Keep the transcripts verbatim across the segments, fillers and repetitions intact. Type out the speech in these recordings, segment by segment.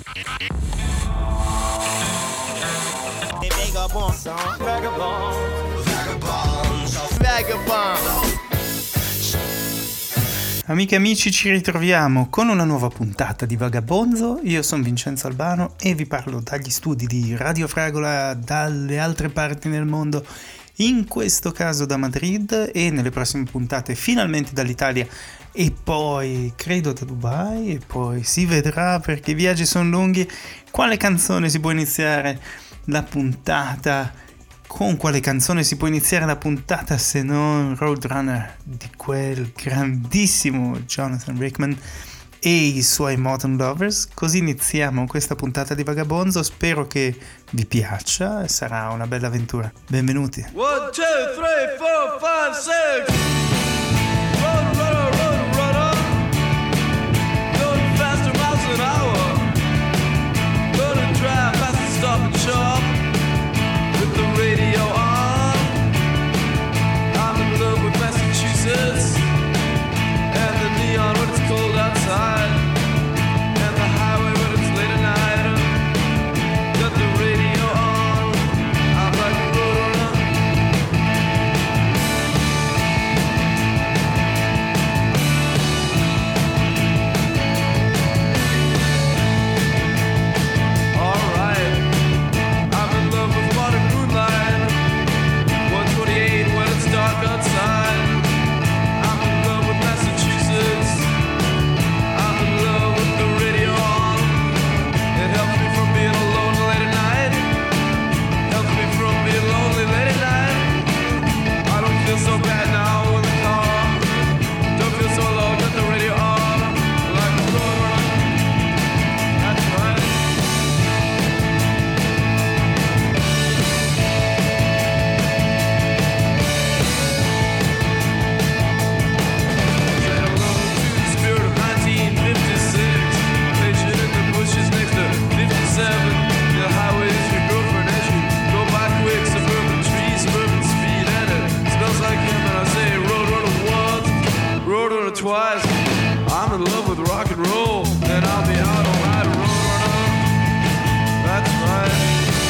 Amiche e amici, ci ritroviamo con una nuova puntata di Vagabonzo. Io sono Vincenzo Albano e vi parlo dagli studi di Radio Fragola, dalle altre parti del mondo, in questo caso da Madrid, e nelle prossime puntate finalmente dall'Italia e poi credo da Dubai, e poi si vedrà perché i viaggi sono lunghi. Quale canzone si può iniziare la puntata? Con quale canzone si può iniziare la puntata se non Roadrunner di quel grandissimo Jonathan Rickman e i suoi Modern Lovers? Così iniziamo questa puntata di Vagabonzo, spero che vi piaccia, sarà una bella avventura. Benvenuti. one, two, three, four, five, six. Roadrunner, Roadrunner, going faster miles an hour. Gonna drive fast and stop and shop. The radio on, I'm in love with Massachusetts and the neon when it's cold outside, and the highway when it's late at night. Got the radio on, I'm like a roadrunner. Alright, I'm in love with modern one twenty-eight when it's dark outside. I'm in love with Massachusetts. I'm in love with the radio on. It helps me from being alone late at night. Helps me from being lonely late at night. I don't feel so bad now in the car. Don't feel so alone, got the radio on. Like a roadrunner. That's right. Twice. I'm in love with rock and roll, and I'll be out all night, roadrunner. That's right.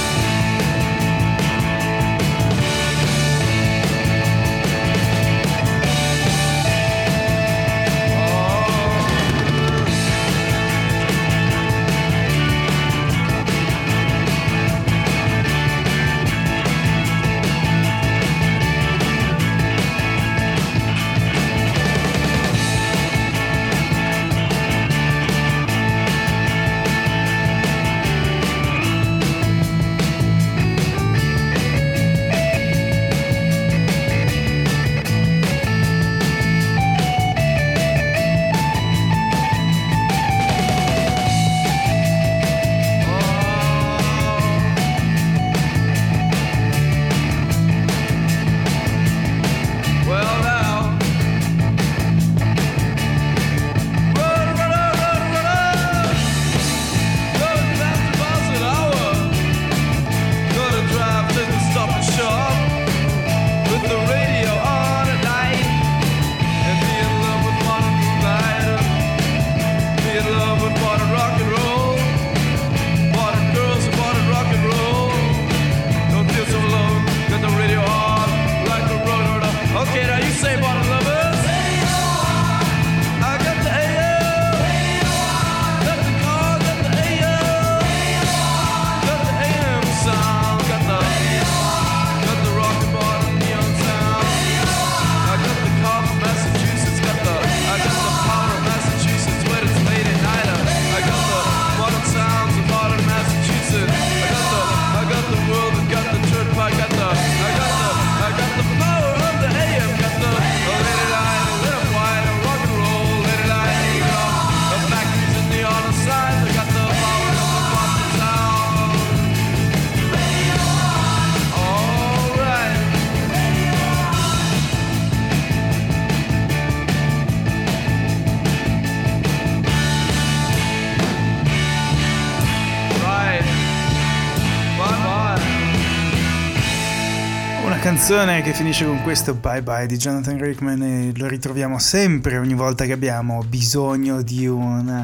Canzone che finisce con questo Bye Bye di Jonathan Rickman, e lo ritroviamo sempre ogni volta che abbiamo bisogno di una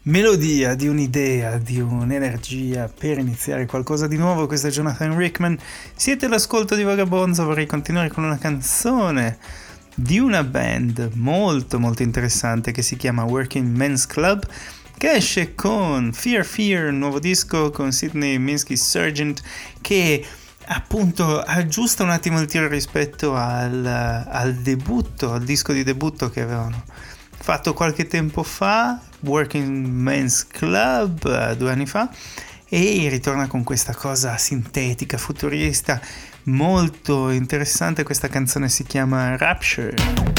melodia, di un'idea, di un'energia per iniziare qualcosa di nuovo. Questo è Jonathan Rickman, siete all'ascolto di Vagabonzo. Vorrei continuare con una canzone di una band molto molto interessante che si chiama Working Men's Club, che esce con Fear Fear, un nuovo disco con Sidney Minsky Sargent, che appunto aggiusta un attimo il tiro rispetto al, al debutto, al disco di debutto che avevano fatto qualche tempo fa, Working Men's Club, due anni fa, e ritorna con questa cosa sintetica, futurista, molto interessante. Questa canzone si chiama Rapture.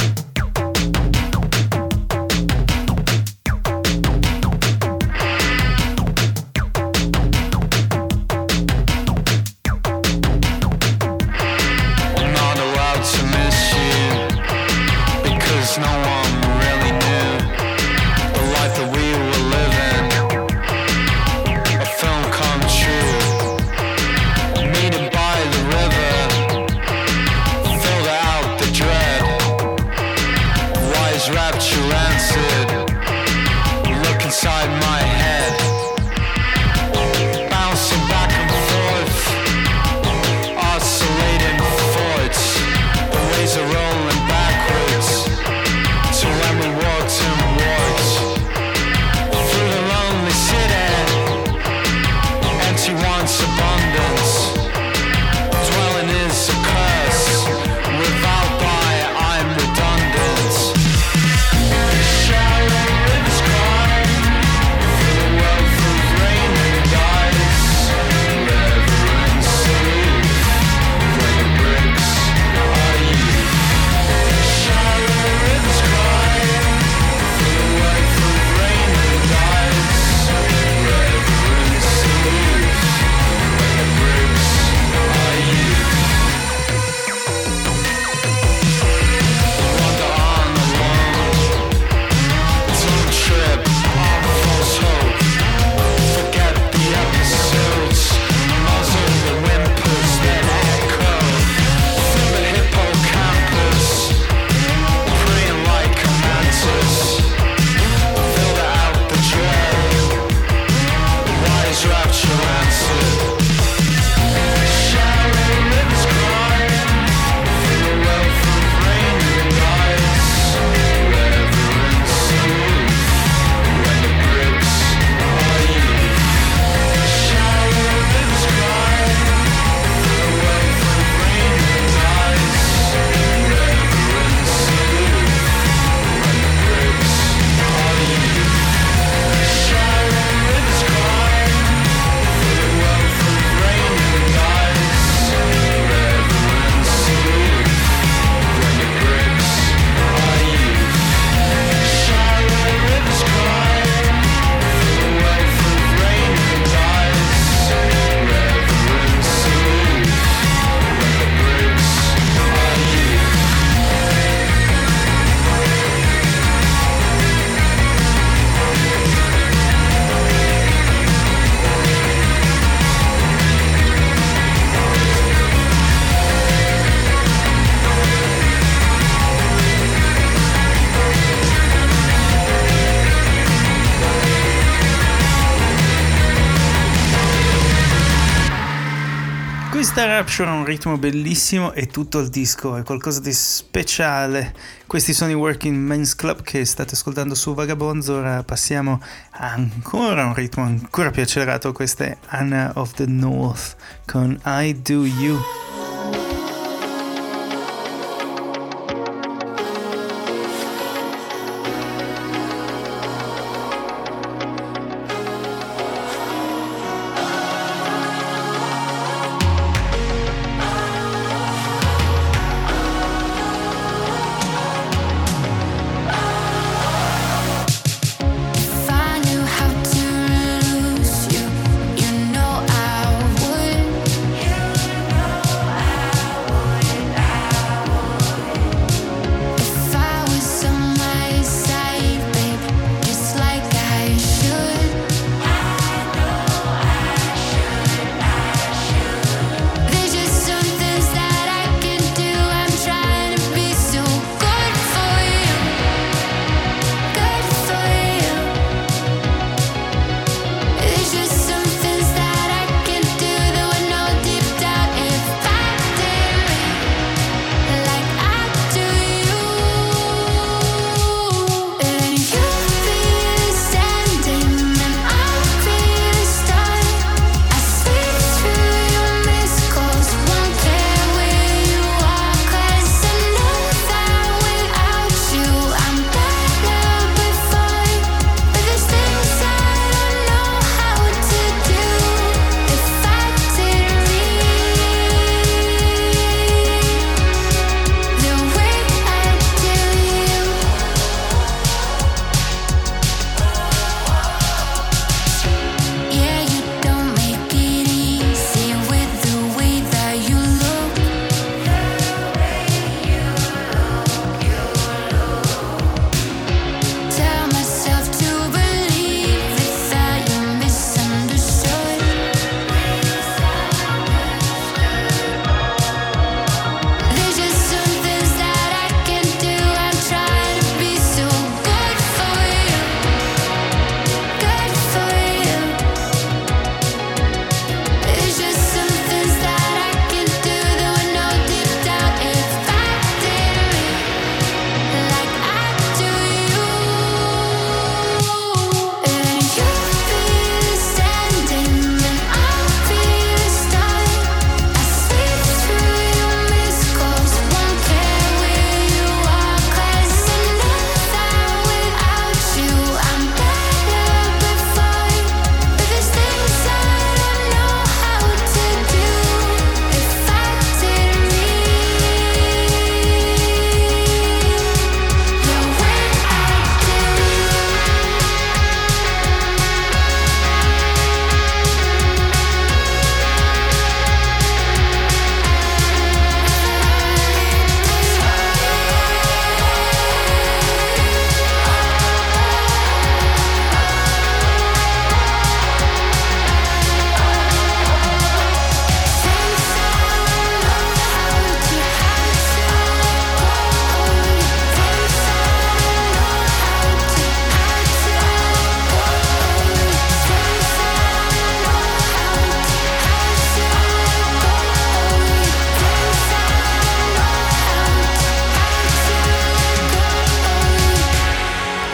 Rapture ha un ritmo bellissimo e tutto il disco è qualcosa di speciale. Questi sono i Working Men's Club che state ascoltando su Vagabonzo. Ora passiamo a ancora un ritmo ancora più accelerato. Questa è Anna of the North con I Do You. You know I would.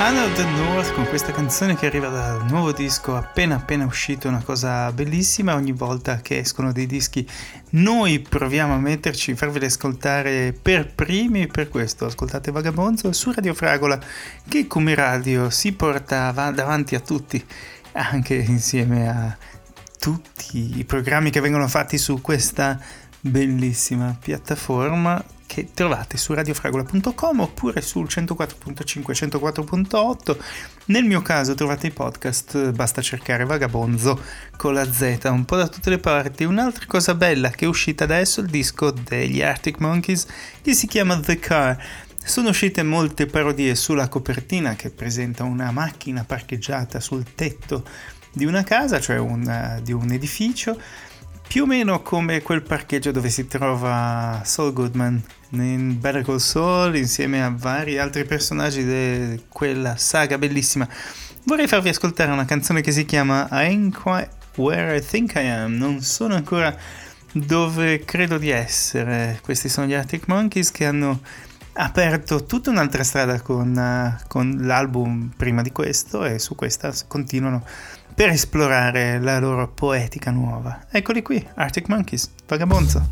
Anna of the North con questa canzone che arriva dal nuovo disco appena appena uscito, una cosa bellissima. Ogni volta che escono dei dischi noi proviamo a metterci, farveli ascoltare per primi, per questo ascoltate Vagabonzo su Radio Fragola, che come radio si porta davanti a tutti, anche insieme a tutti i programmi che vengono fatti su questa bellissima piattaforma che trovate su radiofragola punto com oppure sul centoquattro punto cinque, centoquattro punto otto. Nel mio caso trovate i podcast, basta cercare Vagabonzo con la Z un po' da tutte le parti. Un'altra cosa bella che è uscita adesso è il disco degli Arctic Monkeys che si chiama The Car. Sono uscite molte parodie sulla copertina che presenta una macchina parcheggiata sul tetto di una casa, cioè un, di un edificio, più o meno come quel parcheggio dove si trova Saul Goodman in Better Call Saul insieme a vari altri personaggi di quella saga bellissima. Vorrei farvi ascoltare una canzone che si chiama I Ain't Quite Where I Think I Am, non sono ancora dove credo di essere. Questi sono gli Arctic Monkeys che hanno aperto tutta un'altra strada con, uh, con l'album prima di questo, e su questa continuano per esplorare la loro poetica nuova. Eccoli qui, Arctic Monkeys, Vagabonzo.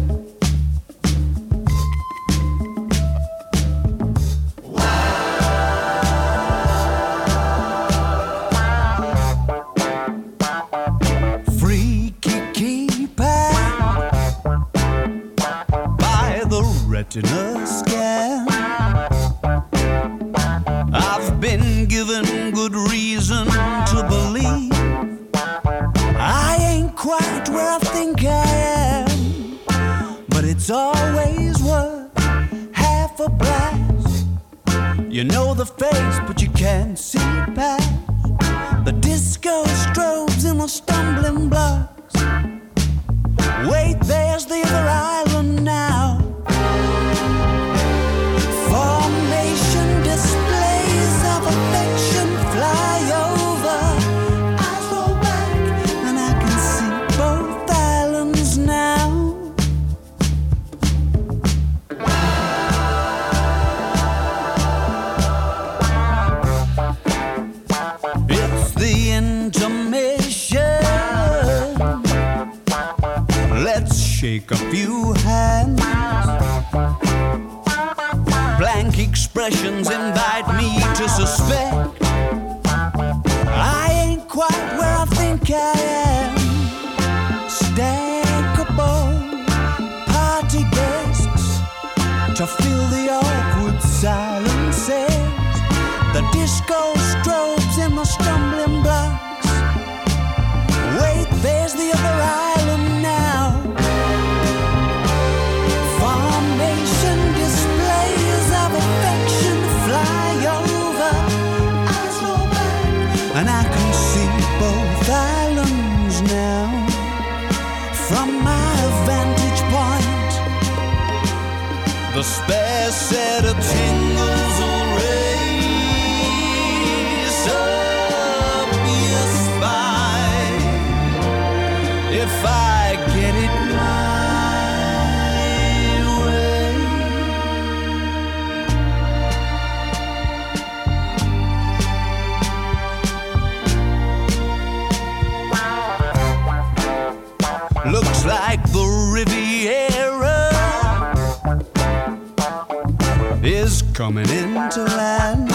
Freaky keeper by the retina scan. I've been given good reason to believe I ain't quite where I think I am, but it's always worth half a blast. You know the face, but you can't see past the disco strobes and the stumbling blocks. Wait, there's the other island now. Formation displays of affection fly over. Eyes roll back and I can see both islands now. It's the intermission. Let's shake a few hands. Blank expressions invite me to suspect I ain't quite where I think I am. Stackable party guests to fill the awkward silences. The disco strobes and the stumbling blocks. Wait, there's the other island now. Formation displays of affection fly over. Eyes roll back and I can see both islands now. From my vantage point, the spare set of tingles will raise up your spine if I get it my way. Looks like the Riviera is coming into land.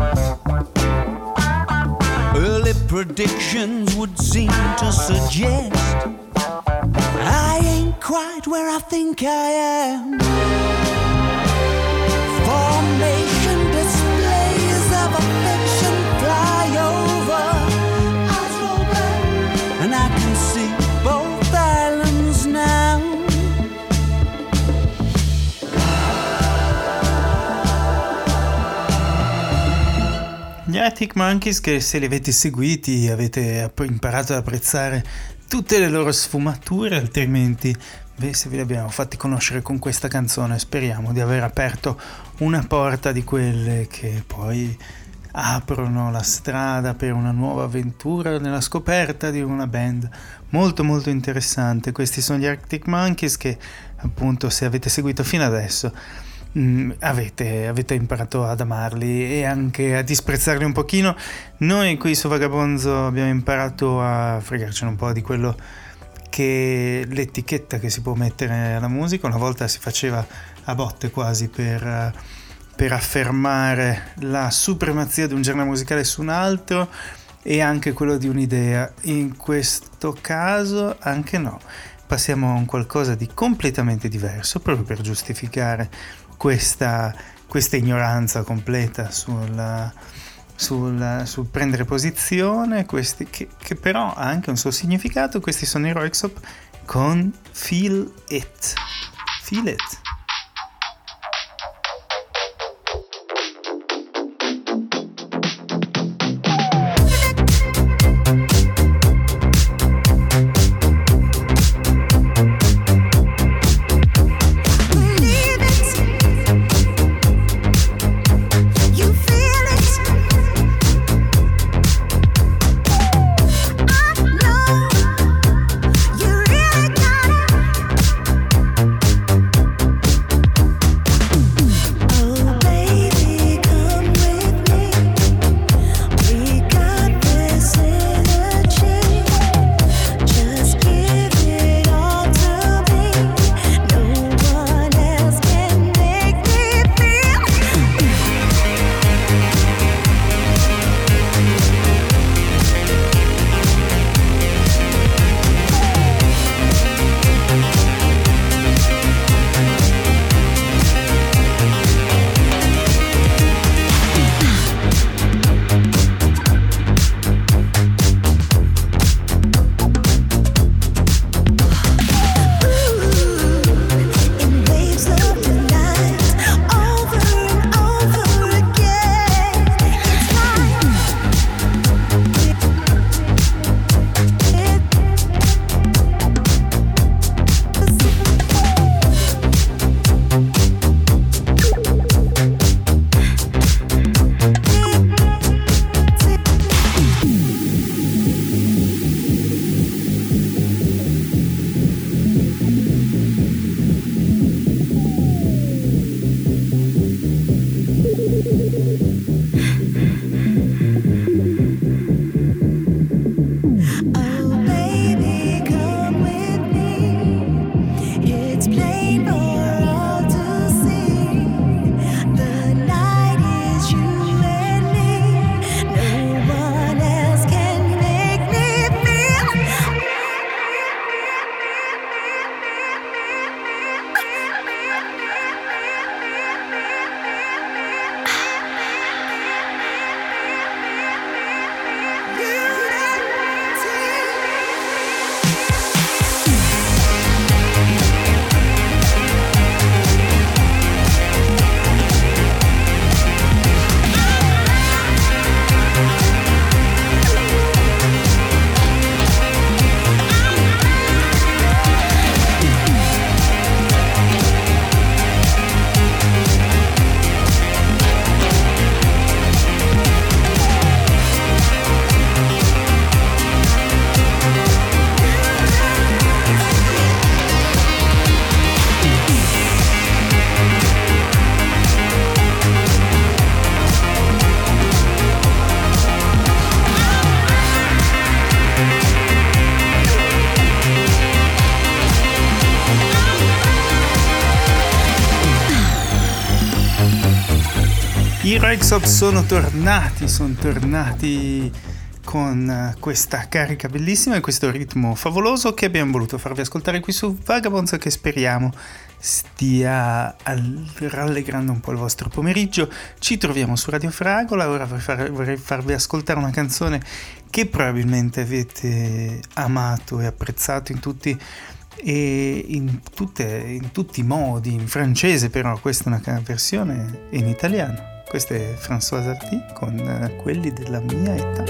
Early predictions would seem to suggest I ain't quite where I think I am. Formation displays of affection fly over. Eyes roll back and I can see both islands now. Gli Arctic Monkeys che, se li avete seguiti, avete imparato ad apprezzare tutte le loro sfumature, altrimenti beh, se ve li abbiamo fatti conoscere con questa canzone speriamo di aver aperto una porta di quelle che poi aprono la strada per una nuova avventura nella scoperta di una band molto molto interessante. Questi sono gli Arctic Monkeys che, appunto, se avete seguito fino adesso mm, avete, avete imparato ad amarli e anche a disprezzarli un pochino. Noi qui su Vagabonzo abbiamo imparato a fregarcene un po' di quello che l'etichetta che si può mettere alla musica. Una volta si faceva a botte quasi per, per affermare la supremazia di un genere musicale su un altro e anche quello di un'idea. In questo caso anche no, passiamo a un qualcosa di completamente diverso proprio per giustificare questa, questa ignoranza completa sul, sul, sul prendere posizione, questi, che, che però ha anche un suo significato. Questi sono i Röyksopp con Feel It. Feel It. I Röyksopp sono tornati, sono tornati con questa carica bellissima e questo ritmo favoloso che abbiamo voluto farvi ascoltare qui su Vagabonds, che speriamo stia rallegrando un po' il vostro pomeriggio. Ci troviamo su Radio Fragola. Ora vorrei, far, vorrei farvi ascoltare una canzone che probabilmente avete amato e apprezzato in tutti e in, tutte, in tutti i modi, in francese però questa è una versione in italiano. Questa è Françoise Hardy con uh, Quelli della mia età.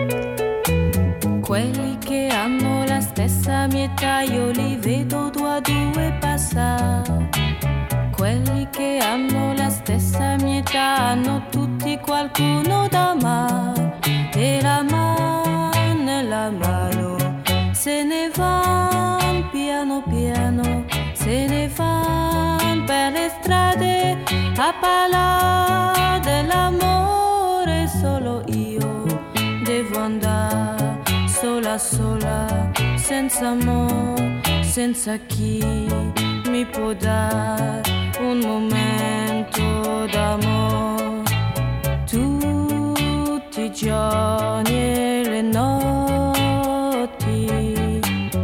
Quelli che hanno la stessa mia età io li vedo due a due passare. Quelli che hanno la stessa mia età hanno tutti qualcuno da amare. E la mano nella mano se ne van piano piano, se ne van per le strade a parlare dell'amore, solo io devo andare sola sola, senza amore, senza chi mi può dare un momento d'amore. Tutti i giorni e le notti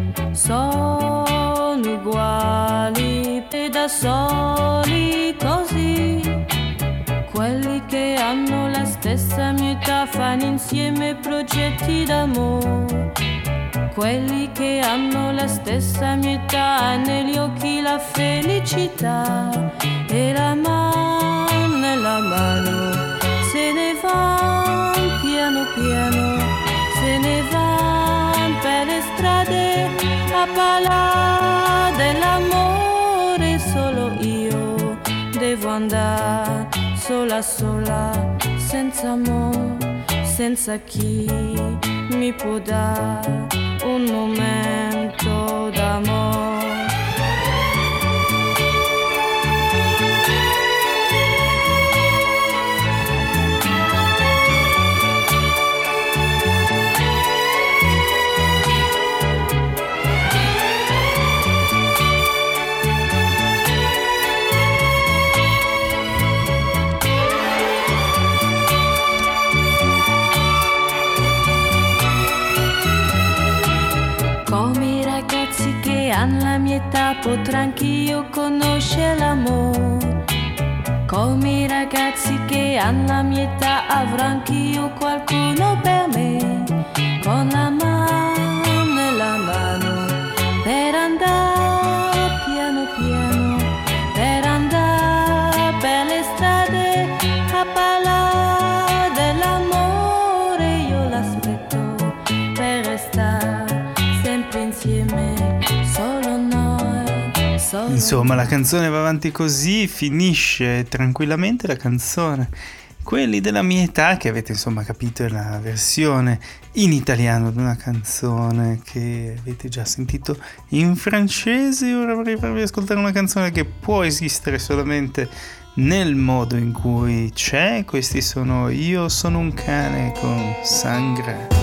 sono uguali e da soli così. Quelli che hanno la stessa mia età fanno insieme progetti d'amore. Quelli che hanno la stessa mia età, negli occhi la felicità e la mano nella mano. Se ne van piano piano, se ne van per le strade a parlare dell'amore, solo io devo andare sola sola, senza amore, senza chi mi può dare un momento d'amore. Come i ragazzi che hanno la mia età potrò anch'io conoscere l'amore. Come i ragazzi che hanno la mia età avrò anch'io qualcuno per me. Con la mano nella mano per andare piano piano, per andare per le strade a parlare dell'amore. Io l'aspetto per restare insieme, solo noi, solo. Insomma, la canzone va avanti così, finisce tranquillamente la canzone. Quelli della mia età, che avete insomma capito, è la versione in italiano di una canzone che avete già sentito in francese. Ora vorrei farvi ascoltare una canzone che può esistere solamente nel modo in cui c'è. Questi sono Io sono un cane con Sangra.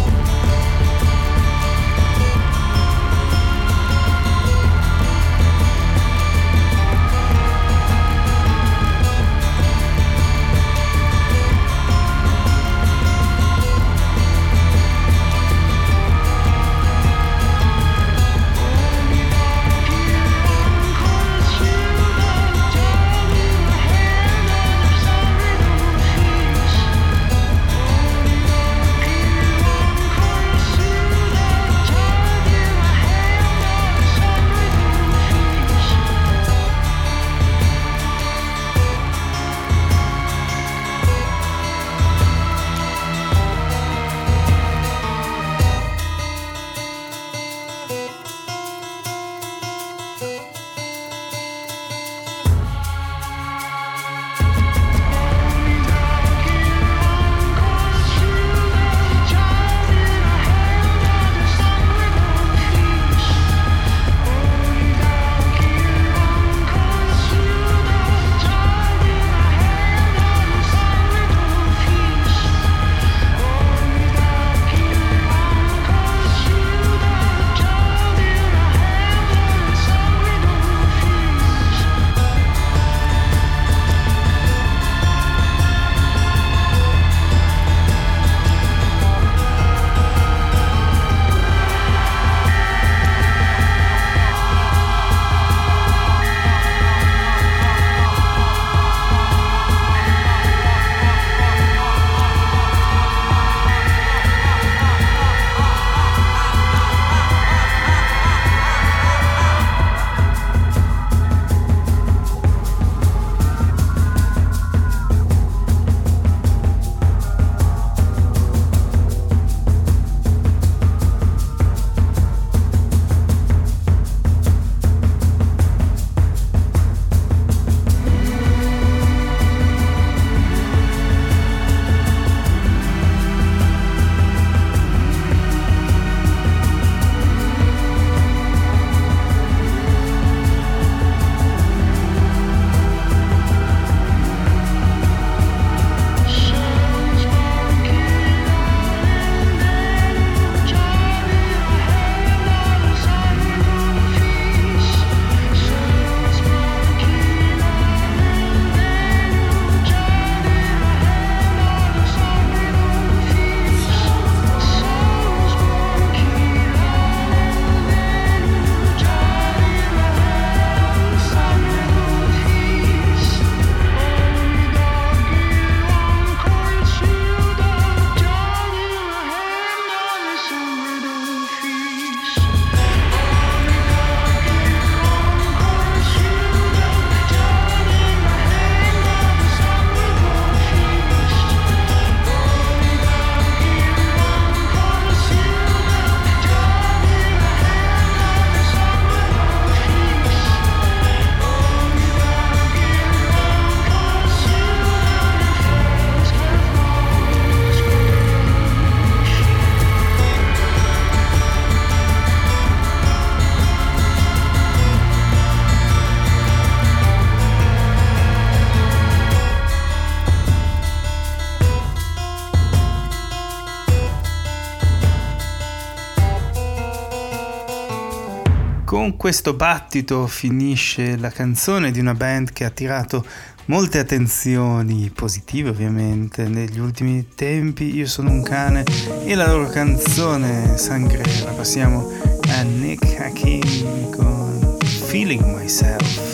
Con questo battito finisce la canzone di una band che ha attirato molte attenzioni positive ovviamente negli ultimi tempi. Io sono un cane e la loro canzone Sangrera. Passiamo a Nick Hakim con Feeling Myself.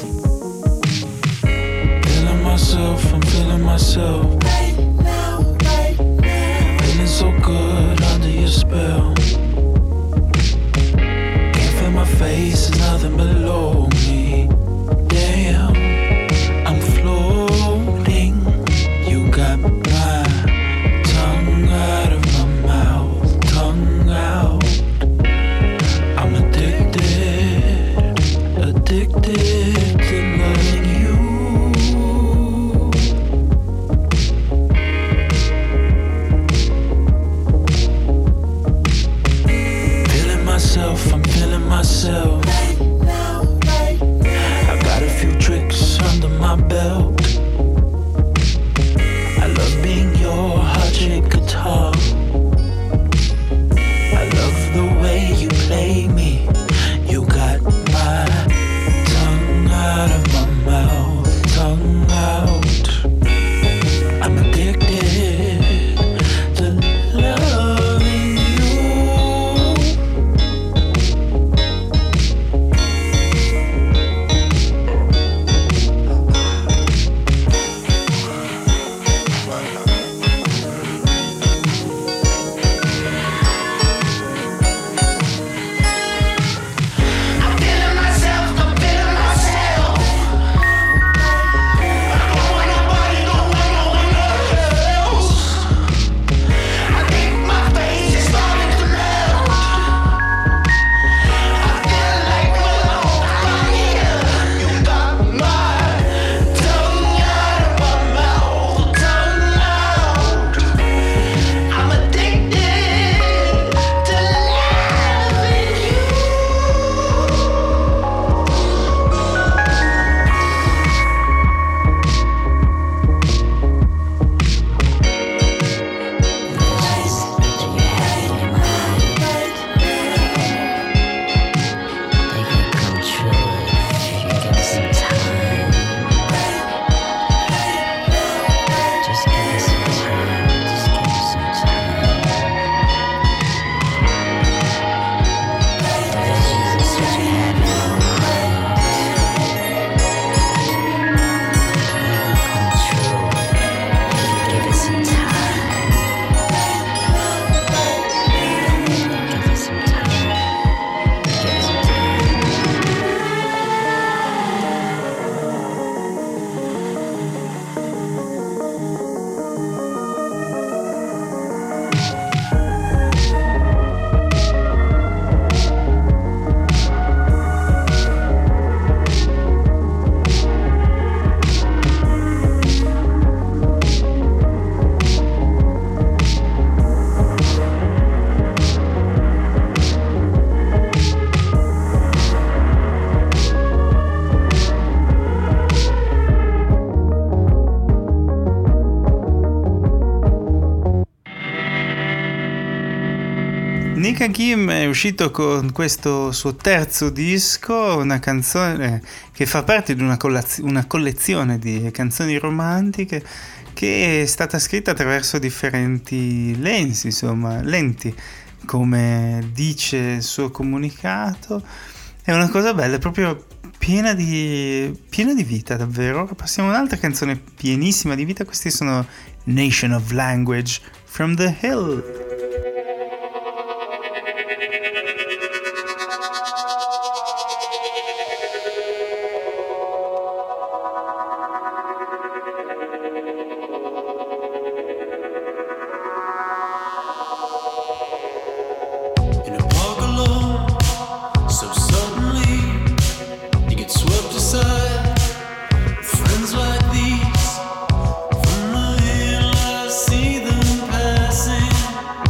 Feeling myself, I'm feeling myself. Feeling so good under your spell. My face is nothing below me. Damn, I'm floating. You got my tongue out of my mouth, tongue out. I'm addicted, addicted to loving you. Feeling myself, I'm feeling myself. I got a few tricks under my belt. I love being your heart-shaped guitar. I love the way you play me. You got my tongue out of my mouth, tongue out. I'm addicted to loving you. Nick Hakim è uscito con questo suo terzo disco, una canzone che fa parte di una, collaz- una collezione di canzoni romantiche che è stata scritta attraverso differenti lensi, insomma, lenti, come dice il suo comunicato. È una cosa bella, è proprio piena di, piena di vita, davvero. Passiamo a un'altra canzone pienissima di vita. Questi sono Nation of Language, From the Hill. See them passing.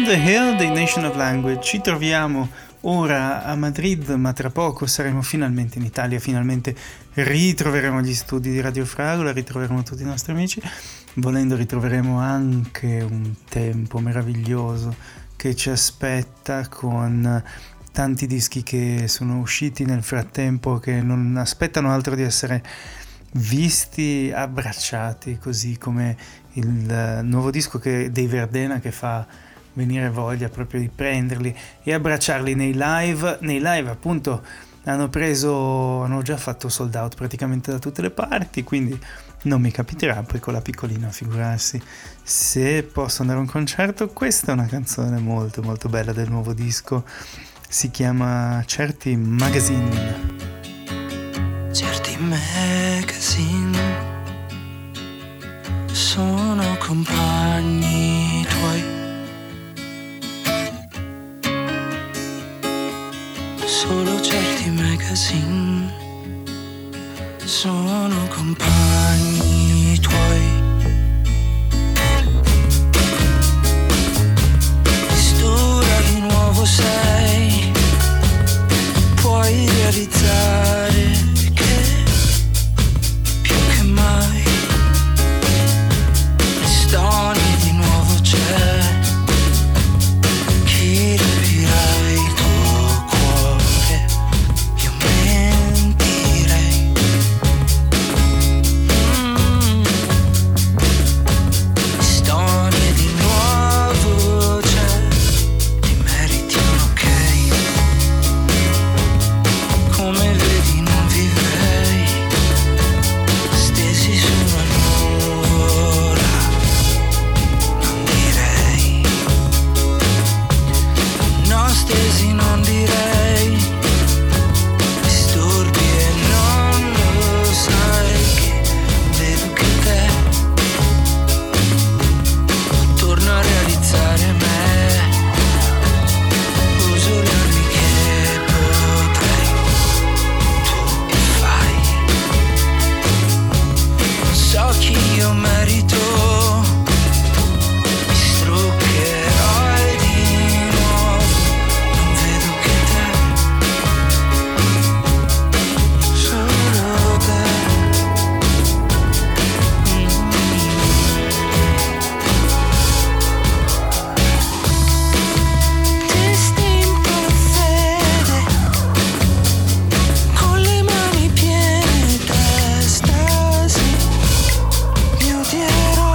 On the Hill dei Nation of Language. Ci troviamo ora a Madrid, ma tra poco saremo finalmente in Italia, finalmente ritroveremo gli studi di Radio Fragola, ritroveremo tutti i nostri amici, volendo ritroveremo anche un tempo meraviglioso che ci aspetta, con tanti dischi che sono usciti nel frattempo, che non aspettano altro di essere visti, abbracciati, così come il nuovo disco che, dei Verdena, che fa venire voglia proprio di prenderli e abbracciarli nei live. Nei live appunto hanno preso, hanno già fatto sold out praticamente da tutte le parti, quindi non mi capiterà poi con la piccolina, figurarsi se posso andare a un concerto. Questa è una canzone molto molto bella del nuovo disco, si chiama Certi Magazine. Certi magazine sono compagni tuoi, solo certi magazine sono compagni tuoi. Mistura di nuovo sei, puoi realizzare che più che mai storie di nuovo c'è. Chi rapirà il tuo cuore, io mentirei. Mm. Storie di nuovo c'è, ti meriti un ok. Come vedi non vivrei stesi su una nuvola, non direi. No, stesi non direi. Disturbi e non lo sai che vedo che te torno a realizzare me. Uso le armi che potrei, tu che fai. Non so chi io merito, mi struccherò di nuovo. Non vedo che te, solo te. Distinto fede, con le mani piene d'estasi, mi odierò.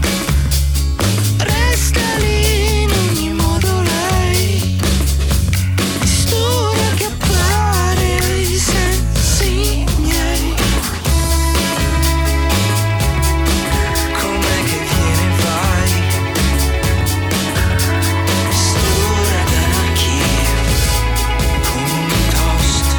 Resta lì in ogni modo lei, mistura che appare ai sensi miei. Com'è che viene e vai, mistura d'anarchia come un toast.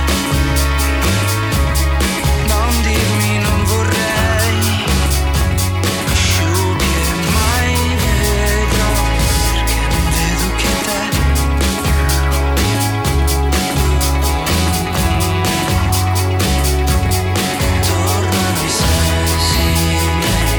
Non dirmi non vorrei, asciughi e mai vedrò, perché non vedo che te. Tornano i sensi miei.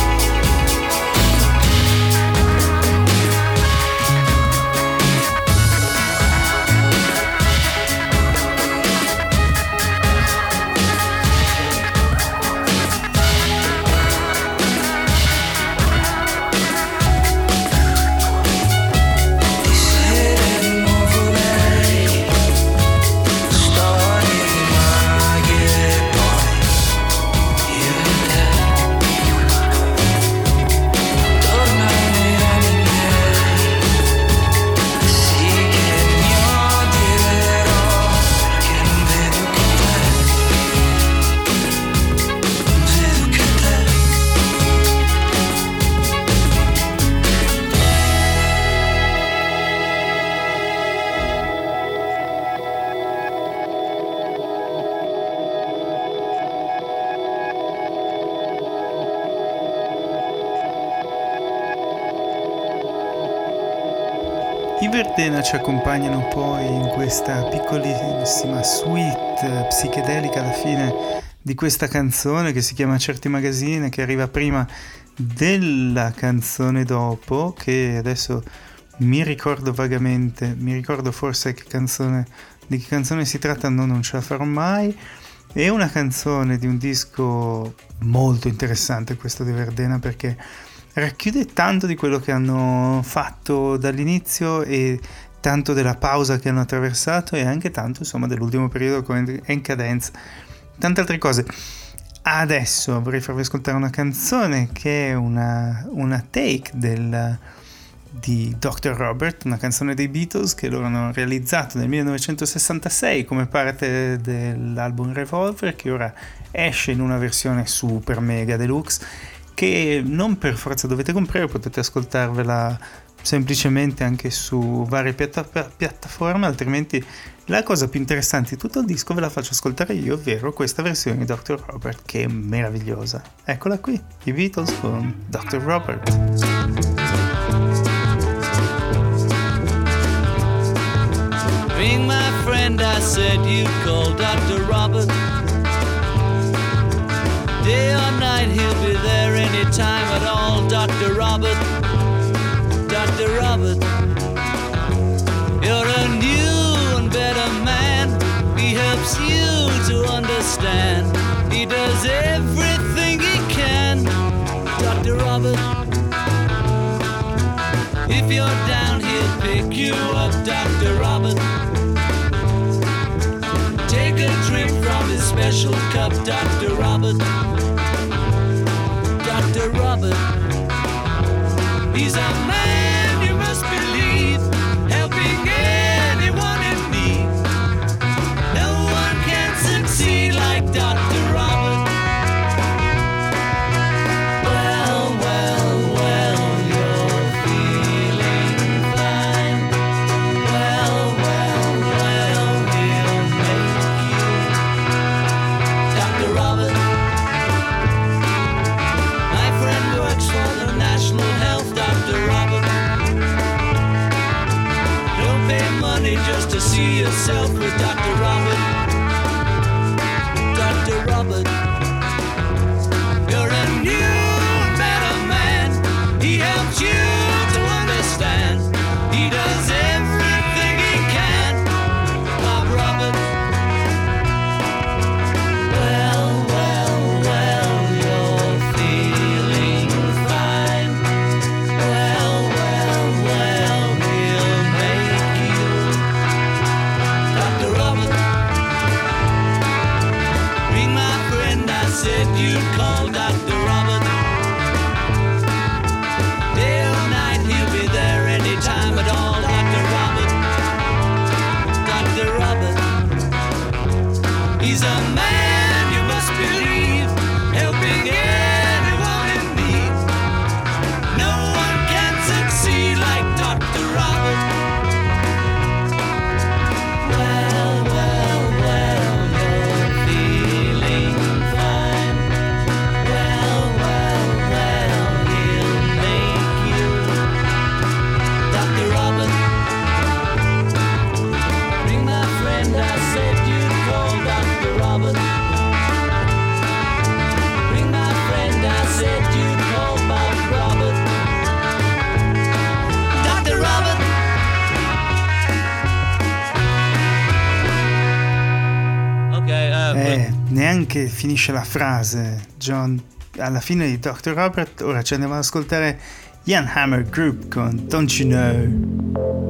Di sera di nuovo lei, storie di maghi e poi io e te. Torna nei rami miei, sì che mi odierò, perché non vedo che te, non vedo che te. I Verdena ci accompagnano poi in questa piccolissima suite psichedelica alla fine di questa canzone che si chiama Certi Magazine, che arriva prima della canzone dopo, che adesso mi ricordo vagamente, mi ricordo forse che canzone, di che canzone si tratta, no, non ce la farò mai. È una canzone di un disco molto interessante, questo di Verdena, perché racchiude tanto di quello che hanno fatto dall'inizio e tanto della pausa che hanno attraversato e anche tanto, insomma, dell'ultimo periodo con Encadence, tante altre cose. Adesso vorrei farvi ascoltare una canzone che è una, una take del, di doctor Robert, una canzone dei Beatles che loro hanno realizzato nel millenovecentosessantasei come parte dell'album Revolver, che ora esce in una versione super mega deluxe, che non per forza dovete comprare, potete ascoltarvela semplicemente anche su varie piatta- piattaforme, altrimenti la cosa più interessante di tutto il disco ve la faccio ascoltare io, ovvero questa versione di doctor Robert, che è meravigliosa. Eccola qui, i Beatles con doctor Robert. Ring, my friend, I said you call doctor Robert. Day or night, he'll be there anytime at all. doctor Robert, doctor Robert. You're a new and better man. He helps you to understand. He does everything he can. doctor Robert. If you're down, he'll pick you up. doctor Robert. Take a drink from his special cup. doctor Robert. doctor Robert. He's a man you must believe, helping anyone in need. No one can succeed like doctor Robert. Well, well, well, you're feeling fine. Well, well, well, he'll make you doctor Robert. My friend works for the National Health. doctor Robert. Don't pay money just to see yourself with doctor Robert. doctor Robert. You're a new and better man. He helps you to understand. He does everything he can. Bob Robert. Well, well, well, you're feeling fine. Well, well, well, he'll make you doctor Robert. Ring, my friend, I said you'd call doctor Robert. Day or night, he'll be there anytime at all. doctor Robert. doctor Robert. He's a man you must believe, helping anyone in need. No one can succeed like doctor Robert. Well, well, well, you're feeling fine. Well, well, well, he'll make you doctor Robert. Ring, my friend, I said you'd call doctor Robert. Ring, my friend, I said you'd call Bob Robert. doctor Robert. Okay, uh, Eh, neanche finisce la frase, John. Alla fine di doctor Robert, ora ci andiamo ad ascoltare Jan Hammer Group con Don't You Know.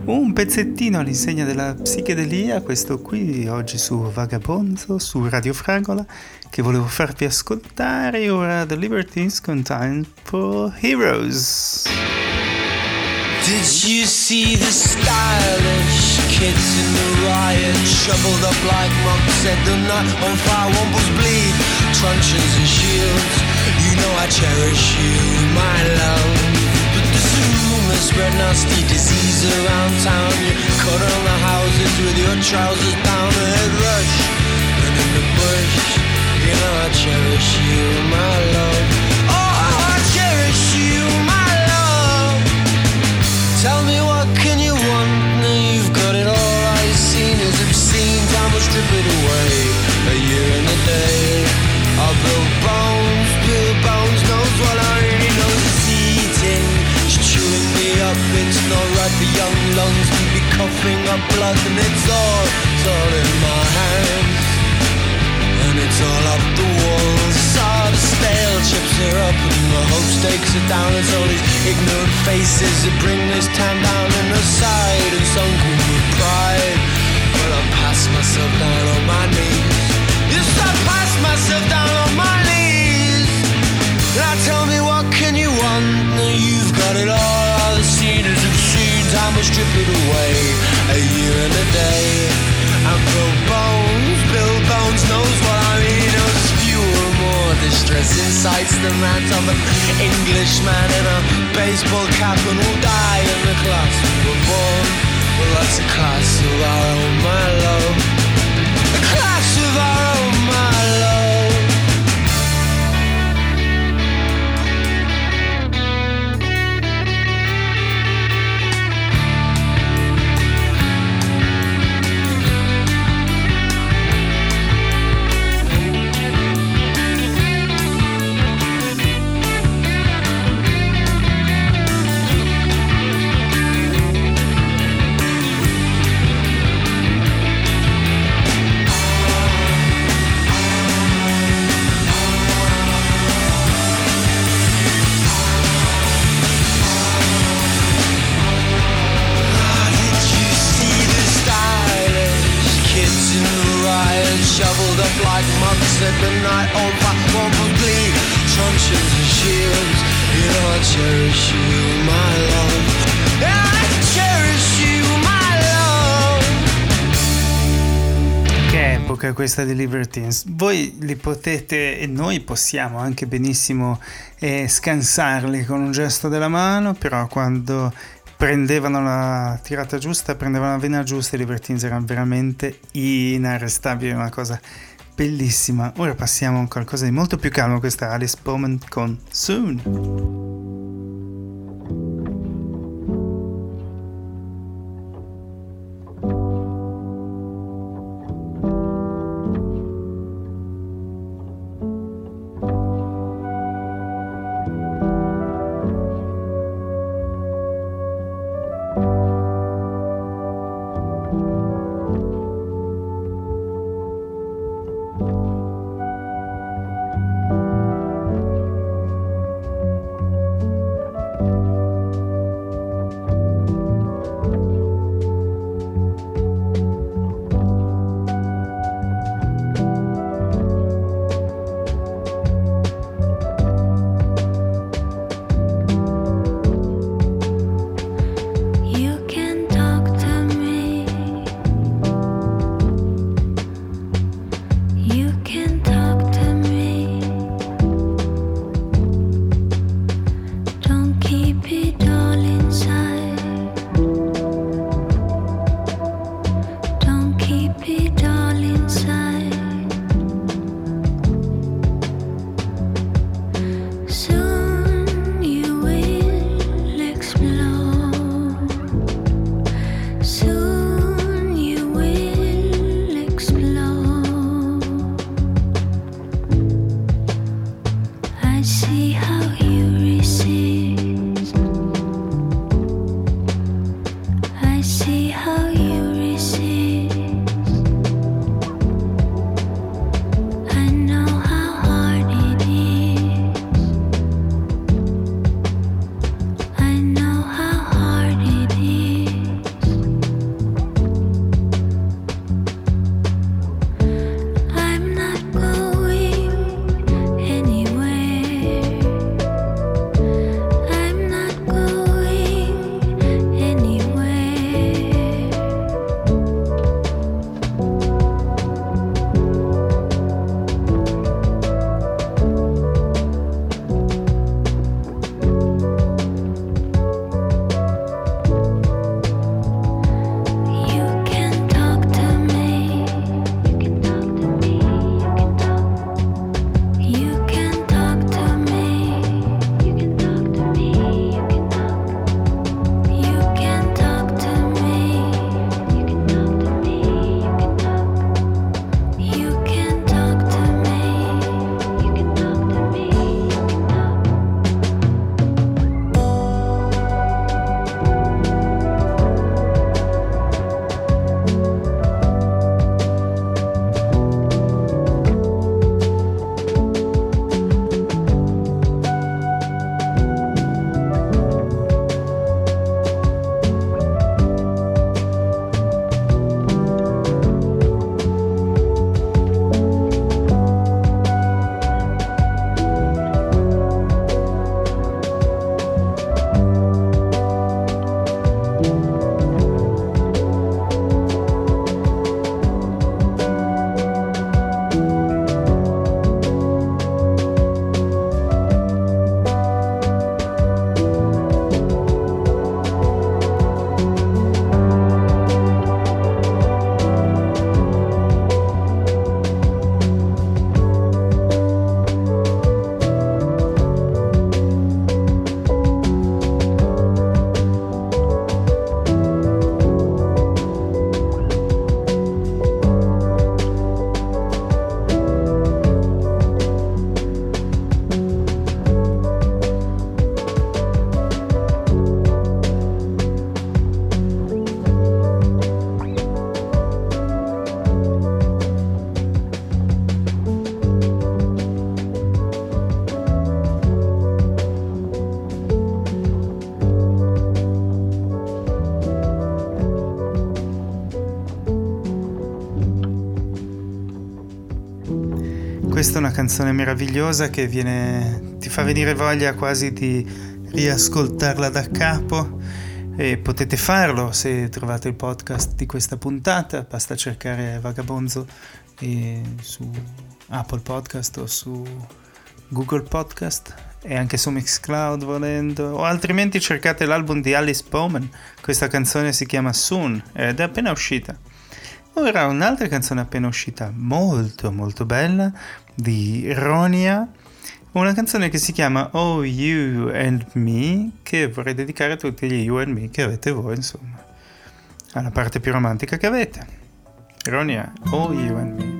Un pezzettino all'insegna della psichedelia, questo qui oggi su Vagabonzo, su Radio Fragola, che volevo farvi ascoltare. Ora The Libertines con Time for Heroes. Did you see the stylish kids in the riot, shoveled up like monks, set the night on fire, wombles bleed, truncheons and shields? You know I cherish you, my love. But there's a rumor spread nasty disease around town. You cut on the houses with your trousers down, a head rush, and in the bush. You know I cherish you, my love. Oh, I cherish you, my love. Tell me what can you want? Now you've got it all. All you've seen is obscene. Time will strip it away. A year and a day. I'll build bones, build bones. Knows what I really know is eating. It's chewing me up. It's not right for young lungs to be coughing up blood. And it's all, it's all in my hands. And it's all up the walls. All the stale chips are up and the hope stakes are down. It's all these ignorant faces that bring this town down on the side and sunken with pride. Well, I pass myself down on my knees. Yes, I pass myself down on my knees. Now tell me what can you want? Now you've got it all. All the seen is obscene. Time will strip it away. A year and a day. And build bones, build bones knows what I mean. Knows fewer, more distressing sights than that of an Englishman in a baseball cap and will die in the class we were born. Well, that's a class of our own, my love. A class of our own, my love. Shoveled up like monks at the night on fire, one will bleed, truncheons and shields. You know I cherish you, my love. Yeah, I cherish you, my love. Che epoca questa di Libertines. Voi li potete e noi possiamo anche benissimo eh, scansarli con un gesto della mano, però quando prendevano la tirata giusta, prendevano la vena giusta, i Libertines erano veramente inarrestabili, una cosa bellissima. Ora passiamo a qualcosa di molto più calmo, questa è Alice Bowman con Soon. I know how hard it is. questa è una canzone meravigliosa che viene, ti fa venire voglia quasi di riascoltarla da capo, e potete farlo se trovate il podcast di questa puntata. Basta cercare Vagabonzo e su Apple Podcast o su Google Podcast e anche su Mixcloud volendo, o altrimenti cercate l'album di Alice Bowman. Questa canzone si chiama Soon ed è appena uscita. Ora un'altra canzone appena uscita molto molto bella di Ronia, una canzone che si chiama Oh You and Me, che vorrei dedicare a tutti gli You and Me che avete voi, insomma, alla parte più romantica che avete. Ronia, Oh You and Me.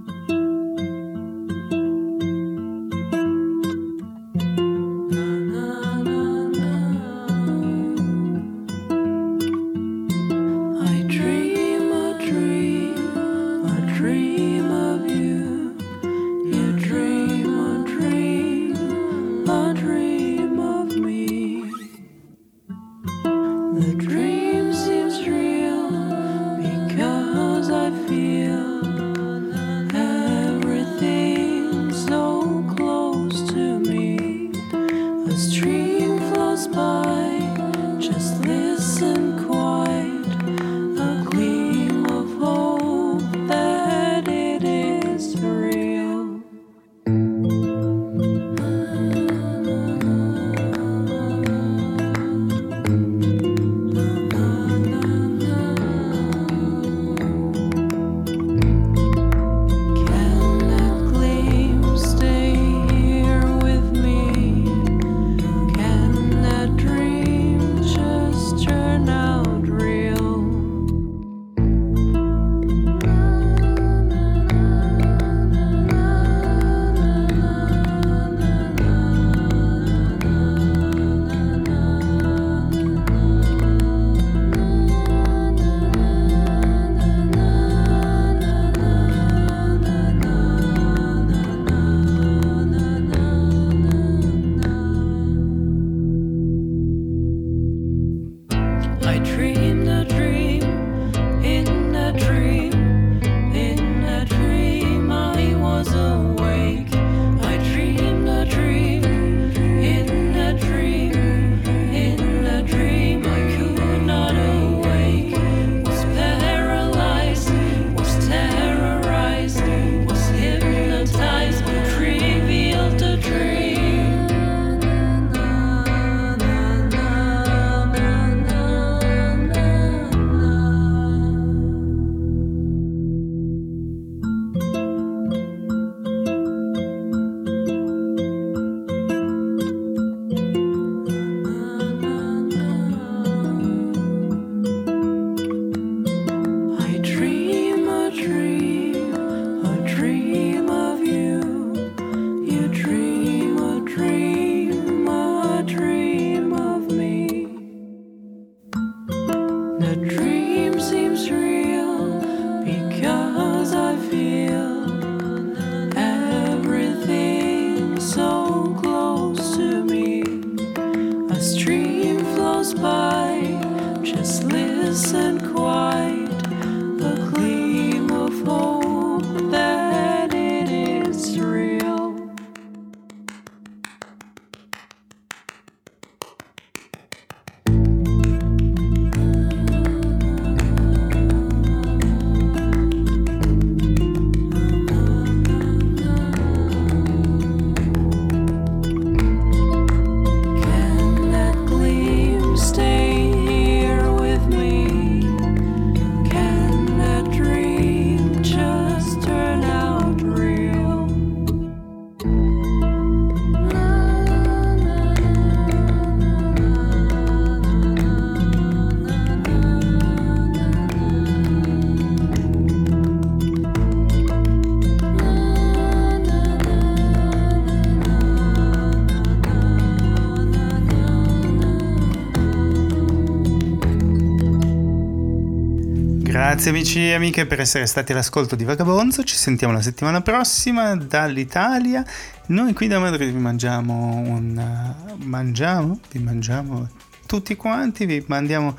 Grazie amici e amiche per essere stati all'ascolto di Vagabonzo. Ci sentiamo la settimana prossima dall'Italia. Noi qui da Madrid vi mangiamo un mangiamo vi mangiamo tutti quanti, vi mandiamo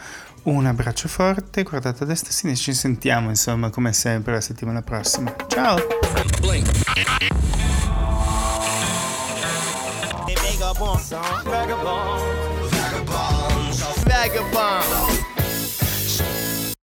Un abbraccio forte, guardate a destra e a sinistra, ci sentiamo insomma come sempre la settimana prossima. Ciao! Vagabond, vagabond, vagabond.